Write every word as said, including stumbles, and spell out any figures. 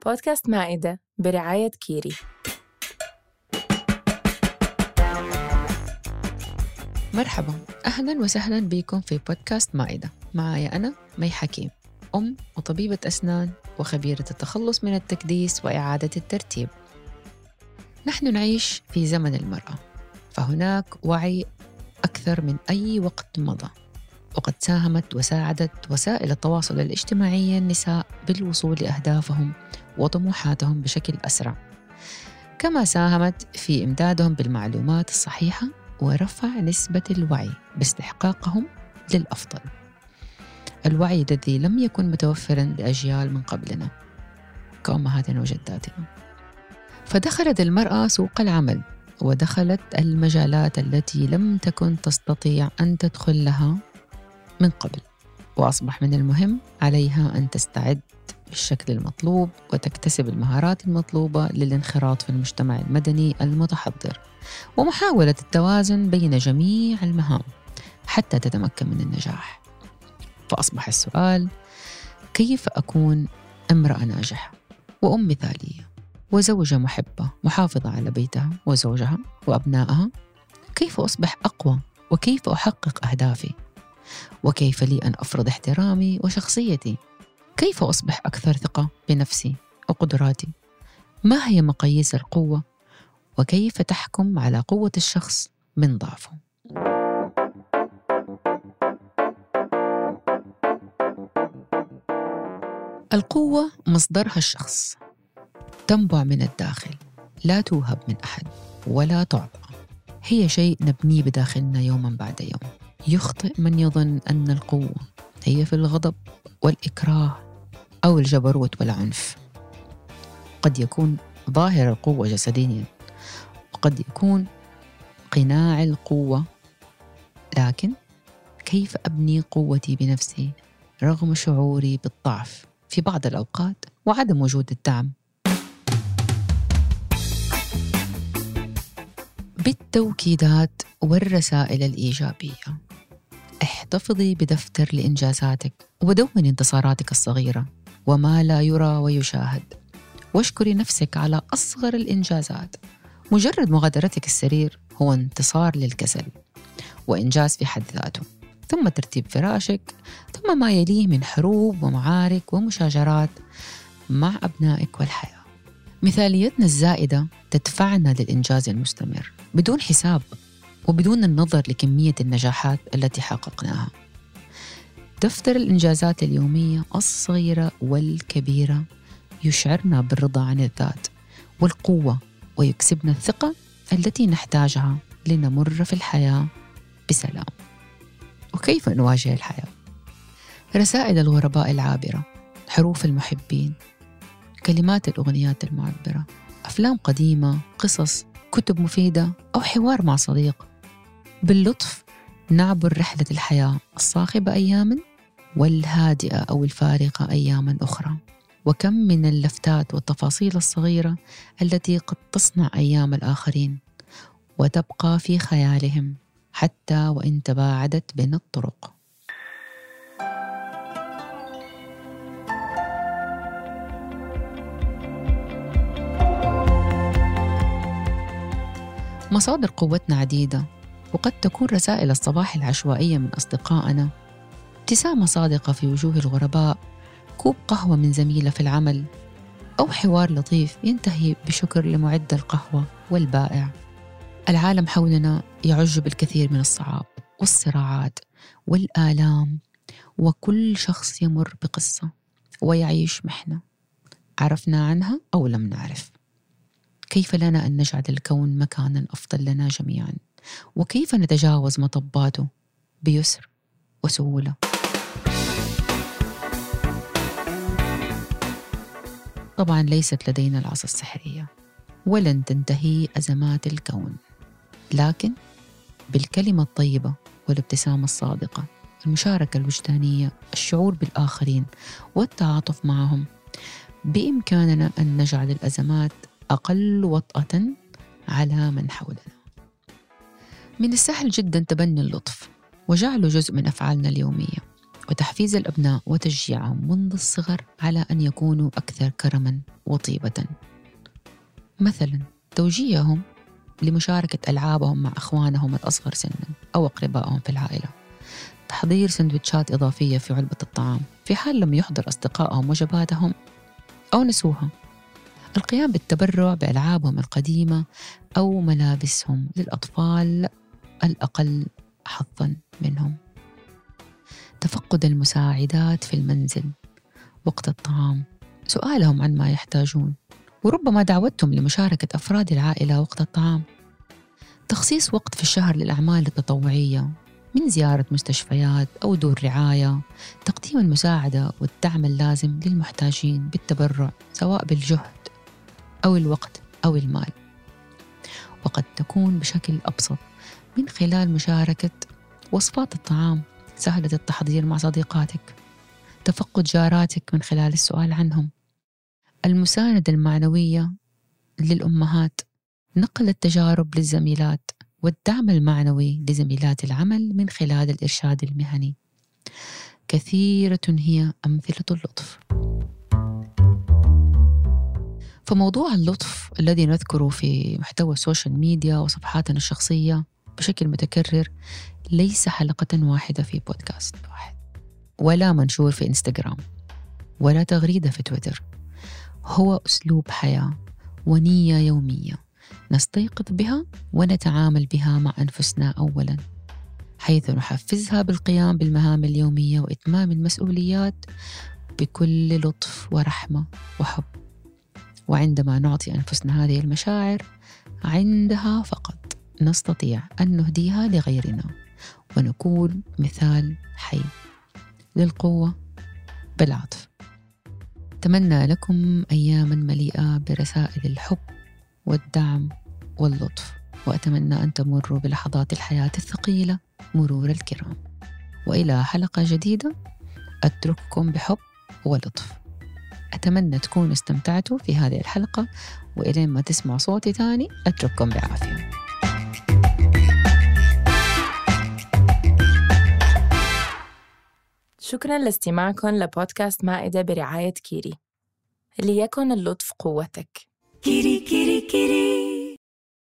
بودكاست مائدة برعاية كيري. مرحبا، أهلا وسهلا بكم في بودكاست مائدة. معي أنا مي حكيم، أم وطبيبة أسنان وخبيرة التخلص من التكديس وإعادة الترتيب. نحن نعيش في زمن المرأة، فهناك وعي أكثر من أي وقت مضى، وقد ساهمت وساعدت وسائل التواصل الاجتماعي النساء بالوصول لأهدافهم وطموحاتهم بشكل أسرع، كما ساهمت في إمدادهم بالمعلومات الصحيحة ورفع نسبة الوعي باستحقاقهم للأفضل، الوعي الذي لم يكن متوفراً لأجيال من قبلنا كأمهاتنا وجداتنا. فدخلت المرأة سوق العمل، ودخلت المجالات التي لم تكن تستطيع أن تدخل لها من قبل، وأصبح من المهم عليها أن تستعد بالشكل المطلوب وتكتسب المهارات المطلوبة للانخراط في المجتمع المدني المتحضر، ومحاولة التوازن بين جميع المهام حتى تتمكن من النجاح. فأصبح السؤال: كيف أكون امرأة ناجحة وأم مثالية وزوجة محبة محافظة على بيتها وزوجها وأبنائها؟ كيف أصبح أقوى؟ وكيف أحقق أهدافي؟ وكيف لي أن أفرض احترامي وشخصيتي؟ كيف أصبح أكثر ثقة بنفسي وقدراتي؟ ما هي مقاييس القوة؟ وكيف تحكم على قوة الشخص من ضعفه؟ القوة مصدرها الشخص، تنبع من الداخل، لا توهب من أحد ولا تعطى. هي شيء نبنيه بداخلنا يوما بعد يوم. يخطئ من يظن أن القوة هي في الغضب والإكراه أو الجبروت والعنف. قد يكون ظاهر القوة جسديا، وقد يكون قناع القوة، لكن كيف أبني قوتي بنفسي رغم شعوري بالضعف في بعض الأوقات وعدم وجود الدعم؟ بالتوكيدات والرسائل الإيجابية. احتفظي بدفتر لإنجازاتك ودوني انتصاراتك الصغيرة وما لا يرى ويشاهد، واشكري نفسك على أصغر الإنجازات. مجرد مغادرتك السرير هو انتصار للكسل وإنجاز في حد ذاته، ثم ترتيب فراشك، ثم ما يليه من حروب ومعارك ومشاجرات مع أبنائك والحياة. مثاليتنا الزائدة تدفعنا للإنجاز المستمر بدون حساب وبدون النظر لكمية النجاحات التي حققناها. دفتر الإنجازات اليومية الصغيرة والكبيرة يشعرنا بالرضا عن الذات والقوة، ويكسبنا الثقة التي نحتاجها لنمر في الحياة بسلام. وكيف نواجه الحياة؟ رسائل الغرباء العابرة، حروف المحبين، كلمات الأغنيات المعبرة، أفلام قديمة، قصص، كتب مفيدة أو حوار مع صديق. باللطف نعبر رحلة الحياة الصاخبة أياماً والهادئة أو الفارقة أياماً أخرى. وكم من اللفتات والتفاصيل الصغيرة التي قد تصنع أيام الآخرين وتبقى في خيالهم حتى وإن تباعدت بين الطرق. مصادر قوتنا عديدة، وقد تكون رسائل الصباح العشوائية من أصدقائنا، ابتسامة صادقة في وجوه الغرباء، كوب قهوة من زميلة في العمل، أو حوار لطيف ينتهي بشكر لمعد القهوة والبائع. العالم حولنا يعج بالكثير من الصعاب والصراعات والآلام، وكل شخص يمر بقصة ويعيش محنة عرفنا عنها أو لم نعرف. كيف لنا أن نجعل الكون مكانا أفضل لنا جميعا؟ وكيف نتجاوز مطباته بيسر وسهولة؟ طبعا ليست لدينا العصا السحرية، ولن تنتهي أزمات الكون، لكن بالكلمة الطيبة والابتسامة الصادقة، المشاركة الوجدانية، الشعور بالآخرين والتعاطف معهم، بإمكاننا أن نجعل الأزمات أقل وطأة على من حولنا. من السهل جدا تبني اللطف وجعله جزء من أفعالنا اليومية، وتحفيز الأبناء وتشجيعهم منذ الصغر على أن يكونوا أكثر كرماً وطيبة. مثلاً توجيههم لمشاركة ألعابهم مع أخوانهم الأصغر سناً أو أقربائهم في العائلة، تحضير سندويتشات إضافية في علبة الطعام في حال لم يحضر أصدقائهم وجباتهم أو نسوها، القيام بالتبرع بألعابهم القديمة أو ملابسهم للأطفال الأقل حظاً منهم، تفقد المساعدات في المنزل وقت الطعام، سؤالهم عن ما يحتاجون وربما دعوتهم لمشاركة أفراد العائلة وقت الطعام، تخصيص وقت في الشهر للأعمال التطوعية من زيارة مستشفيات أو دور رعاية، تقديم المساعدة والدعم اللازم للمحتاجين بالتبرع سواء بالجهد أو الوقت أو المال. وقد تكون بشكل أبسط من خلال مشاركة وصفات الطعام سهلة التحضير مع صديقاتك، تفقد جاراتك من خلال السؤال عنهم، المساندة المعنوية للأمهات، نقل التجارب للزميلات والدعم المعنوي لزميلات العمل من خلال الإرشاد المهني. كثيرة هي أمثلة اللطف. فموضوع اللطف الذي نذكره في محتوى السوشيال ميديا وصفحاتنا الشخصية بشكل متكرر ليس حلقة واحدة في بودكاست واحد، ولا منشور في إنستغرام، ولا تغريدة في تويتر. هو أسلوب حياة ونية يومية نستيقظ بها ونتعامل بها مع أنفسنا أولاً، حيث نحفزها بالقيام بالمهام اليومية وإتمام المسؤوليات بكل لطف ورحمة وحب. وعندما نعطي أنفسنا هذه المشاعر، عندها فقط نستطيع أن نهديها لغيرنا ونكون مثال حي للقوة بالعطف. أتمنى لكم أياماً مليئة برسائل الحب والدعم واللطف، وأتمنى أن تمروا بلحظات الحياة الثقيلة مرور الكرام. وإلى حلقة جديدة أترككم بحب ولطف. أتمنى تكونوا استمتعتوا في هذه الحلقة، وإلين ما تسمع صوتي تاني أترككم بعافية. شكراً لاستماعكم لبودكاست مائدة برعاية كيري. ليكن اللطف قوتك. كيري كيري كيري.